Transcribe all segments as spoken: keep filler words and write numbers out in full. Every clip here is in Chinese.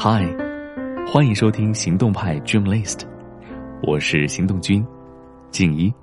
嗨，欢迎收听行动派 Dream List， 我是行动君静一。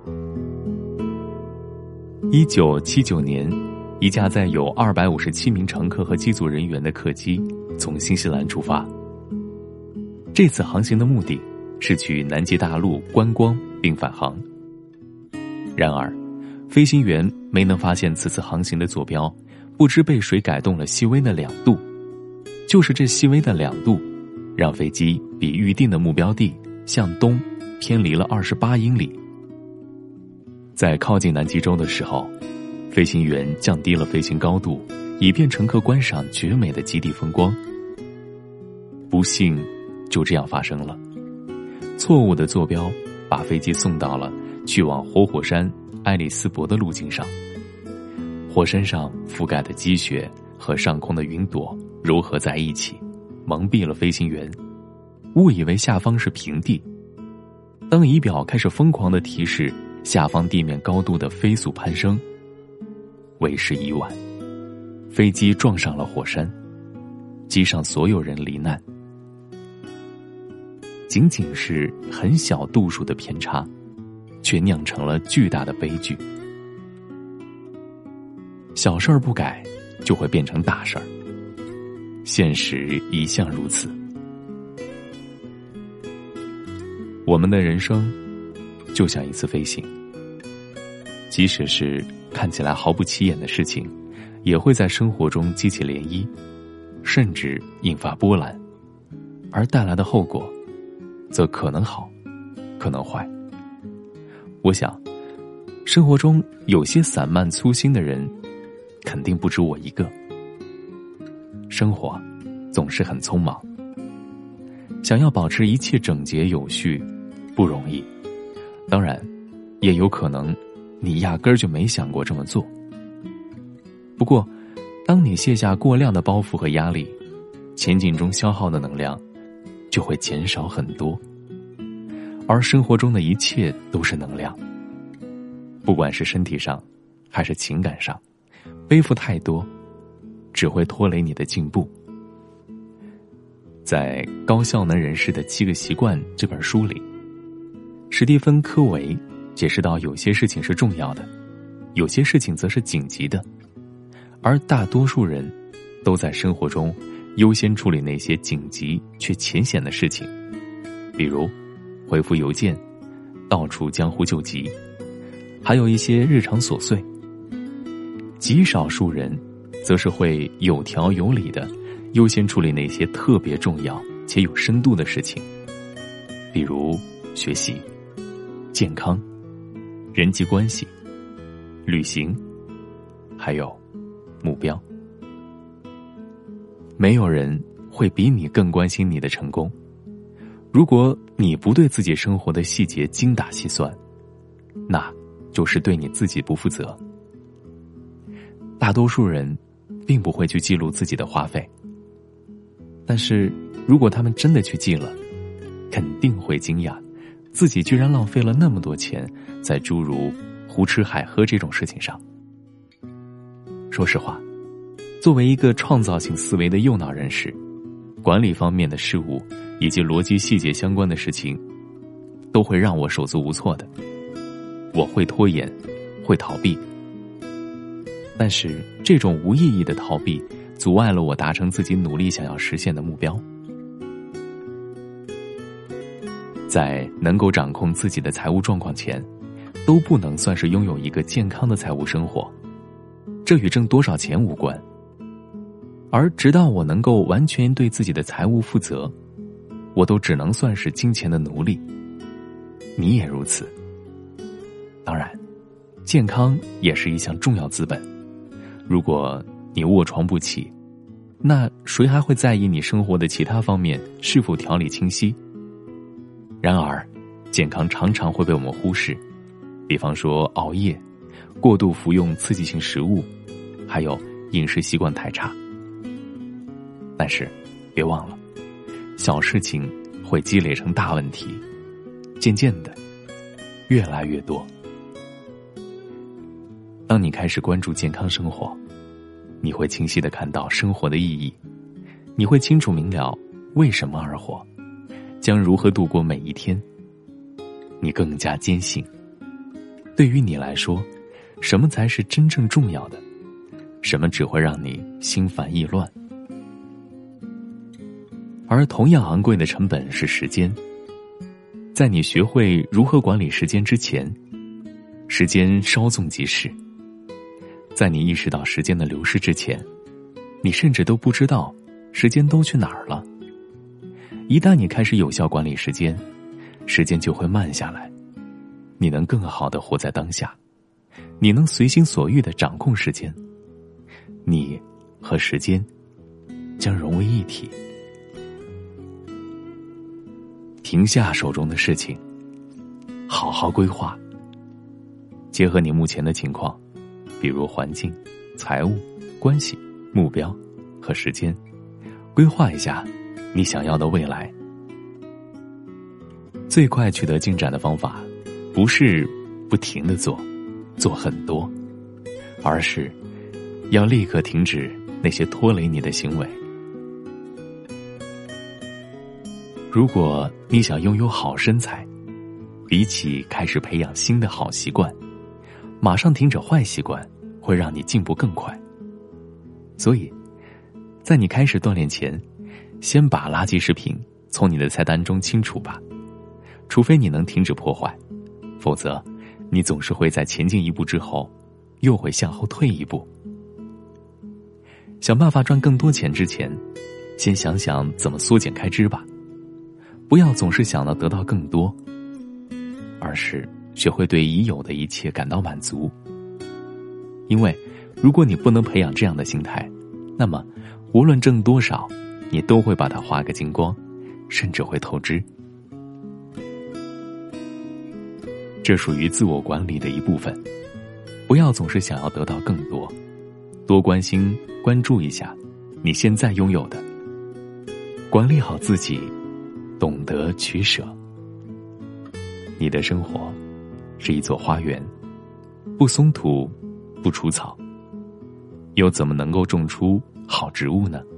一九七九年，一架载有二百五十七名乘客和机组人员的客机从新西兰出发。这次航行的目的是去南极大陆观光并返航。然而，飞行员没能发现此次航行的坐标不知被谁改动了细微的两度，就是这细微的两度，让飞机比预定的目标地向东偏离了二十八英里。在靠近南极洲的时候，飞行员降低了飞行高度，以便乘客观赏绝美的极地风光。不幸就这样发生了，错误的坐标把飞机送到了去往活火山埃里斯伯的路径上。火山上覆盖的积雪和上空的云朵糅合在一起，蒙蔽了飞行员，误以为下方是平地。当仪表开始疯狂地提示下方地面高度的飞速攀升，为时已晚，飞机撞上了火山，机上所有人罹难。仅仅是很小度数的偏差，却酿成了巨大的悲剧。小事儿不改，就会变成大事儿。现实一向如此。我们的人生就像一次飞行，即使是看起来毫不起眼的事情，也会在生活中激起涟漪，甚至引发波澜，而带来的后果则可能好，可能坏。我想，生活中有些散漫粗心的人，肯定不止我一个。生活总是很匆忙，想要保持一切整洁有序不容易。当然，也有可能你压根儿就没想过这么做。不过，当你卸下过量的包袱和压力，前进中消耗的能量就会减少很多。而生活中的一切都是能量，不管是身体上还是情感上，背负太多只会拖累你的进步。在《高效能人士的七个习惯》这本书里，史蒂芬·科维解释到，有些事情是重要的，有些事情则是紧急的，而大多数人都在生活中优先处理那些紧急却浅显的事情，比如回复邮件，到处江湖救急，还有一些日常琐碎。极少数人则是会有条有理的优先处理那些特别重要且有深度的事情，比如学习、健康、人际关系、旅行，还有目标。没有人会比你更关心你的成功。如果你不对自己生活的细节精打细算，那就是对你自己不负责。大多数人并不会去记录自己的花费，但是如果他们真的去记了，肯定会惊讶自己居然浪费了那么多钱在诸如胡吃海喝这种事情上。说实话，作为一个创造性思维的右脑人士，管理方面的事物以及逻辑细节相关的事情都会让我手足无措的。我会拖延，会逃避，但是这种无意义的逃避阻碍了我达成自己努力想要实现的目标。在能够掌控自己的财务状况前，都不能算是拥有一个健康的财务生活，这与挣多少钱无关。而直到我能够完全对自己的财务负责，我都只能算是金钱的奴隶。你也如此。当然，健康也是一项重要资本。如果你卧床不起，那谁还会在意你生活的其他方面是否条理清晰？然而，健康常常会被我们忽视，比方说熬夜、过度服用刺激性食物，还有饮食习惯太差。但是，别忘了，小事情会积累成大问题，渐渐的，越来越多。当你开始关注健康生活，你会清晰地看到生活的意义，你会清楚明了为什么而活，将如何度过每一天，你更加坚信，对于你来说，什么才是真正重要的，什么只会让你心烦意乱。而同样昂贵的成本是时间，在你学会如何管理时间之前，时间稍纵即逝。在你意识到时间的流逝之前，你甚至都不知道时间都去哪儿了。一旦你开始有效管理时间，时间就会慢下来，你能更好地活在当下，你能随心所欲地掌控时间，你和时间将融为一体。停下手中的事情，好好规划，结合你目前的情况，比如环境、财务、关系、目标和时间，规划一下你想要的未来。最快取得进展的方法，不是不停地做，做很多，而是要立刻停止那些拖累你的行为。如果你想拥有好身材，比起开始培养新的好习惯，马上停止坏习惯会让你进步更快。所以在你开始锻炼前，先把垃圾食品从你的菜单中清除吧，除非你能停止破坏，否则你总是会在前进一步之后又会向后退一步。想办法赚更多钱之前，先想想怎么缩减开支吧。不要总是想到得到更多，而是学会对已有的一切感到满足。因为如果你不能培养这样的心态，那么无论挣多少，你都会把它花个精光，甚至会透支。这属于自我管理的一部分，不要总是想要得到更多，多关心关注一下你现在拥有的，管理好自己，懂得取舍。你的生活是一座花园，不松土，不除草，又怎么能够种出好植物呢？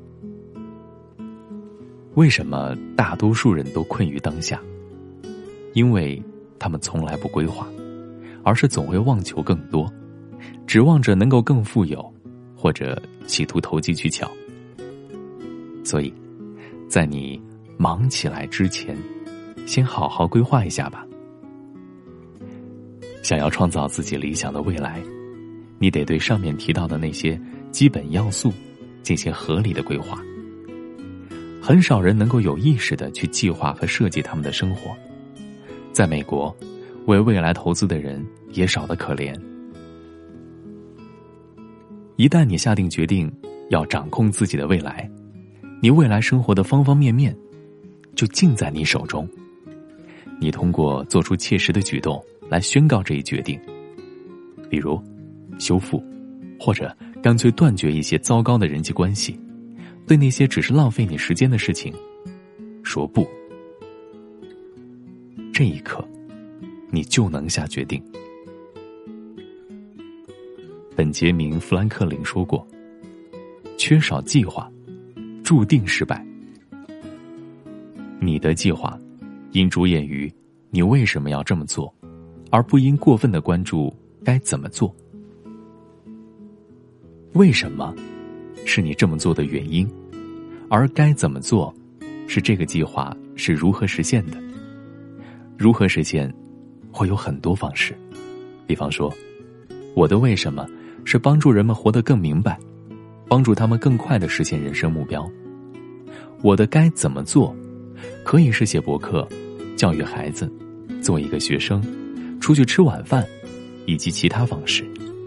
为什么大多数人都困于当下？因为他们从来不规划，而是总会妄求更多，指望着能够更富有，或者企图投机取巧。所以在你忙起来之前，先好好规划一下吧。想要创造自己理想的未来，你得对上面提到的那些基本要素进行合理的规划。很少人能够有意识地去计划和设计他们的生活。在美国，为未来投资的人也少得可怜。一旦你下定决定要掌控自己的未来，你未来生活的方方面面就尽在你手中。你通过做出切实的举动来宣告这一决定，比如修复，或者干脆断绝一些糟糕的人际关系，对那些只是浪费你时间的事情说不。这一刻你就能下决定。本杰明·富兰克林说过，缺少计划注定失败。你的计划应着眼于你为什么要这么做，而不应过分地关注该怎么做。为什么是你这么做的原因，而该怎么做是这个计划是如何实现的。如何实现会有很多方式，比方说，我的为什么是帮助人们活得更明白，帮助他们更快地实现人生目标。我的该怎么做可以是写博客，教育孩子，做一个学生，出去吃晚饭，以及其他方式。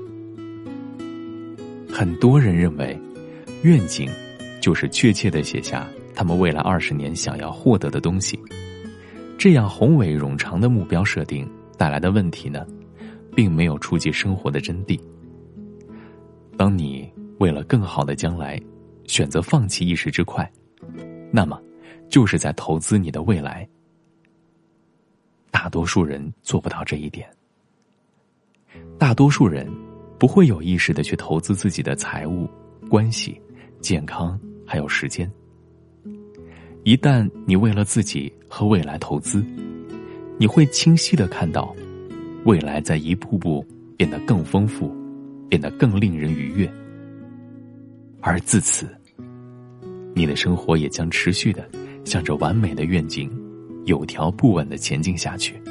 很多人认为愿景就是确切地写下他们未来二十年想要获得的东西。这样宏伟冗长的目标设定带来的问题呢，并没有触及生活的真谛。当你为了更好的将来选择放弃一时之快，那么就是在投资你的未来。大多数人做不到这一点。大多数人不会有意识地去投资自己的财务、关系、健康还有时间。 一旦你为了自己和未来投资，你会清晰地看到未来在一步步变得更丰富，变得更令人愉悦。而自此，你的生活也将持续地向着完美的愿景有条不紊地前进下去。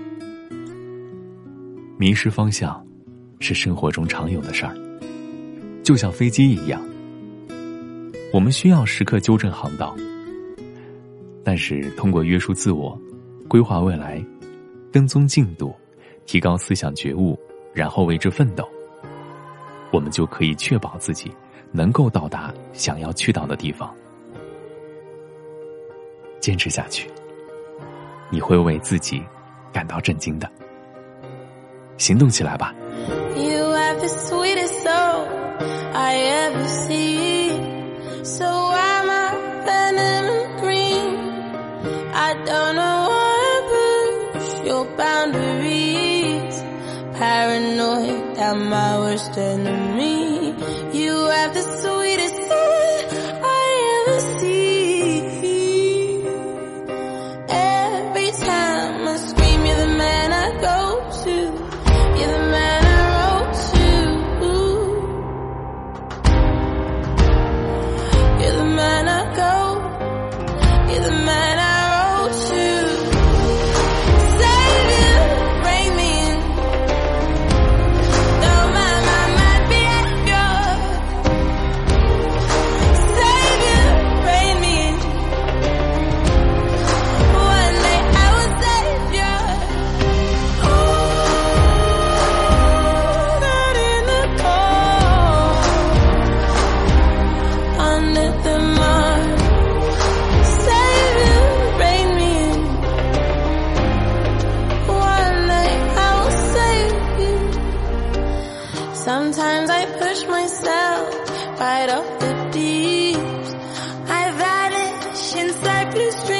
迷失方向是生活中常有的事儿，就像飞机一样，我们需要时刻纠正航道，但是通过约束自我，规划未来，跟踪进度，提高思想觉悟，然后为之奋斗，我们就可以确保自己能够到达想要去到的地方。坚持下去，你会为自己感到震惊的。行动起来吧。 You have the sweetest soul I ever see, so I'm a lemon green. I don't know why I push your boundaries, paranoid that my worst enemy. You have the sweetest soul I ever see. Every time I scream, you're the man I go to. You're the man I wrote to. You're the man I go. You're the man I wrote to. Savior, bring me in. Don't mind my, my behavior. Savior, bring me in. One day I will save you. Sometimes I push myself right off the deep. I vanish inside blue streets.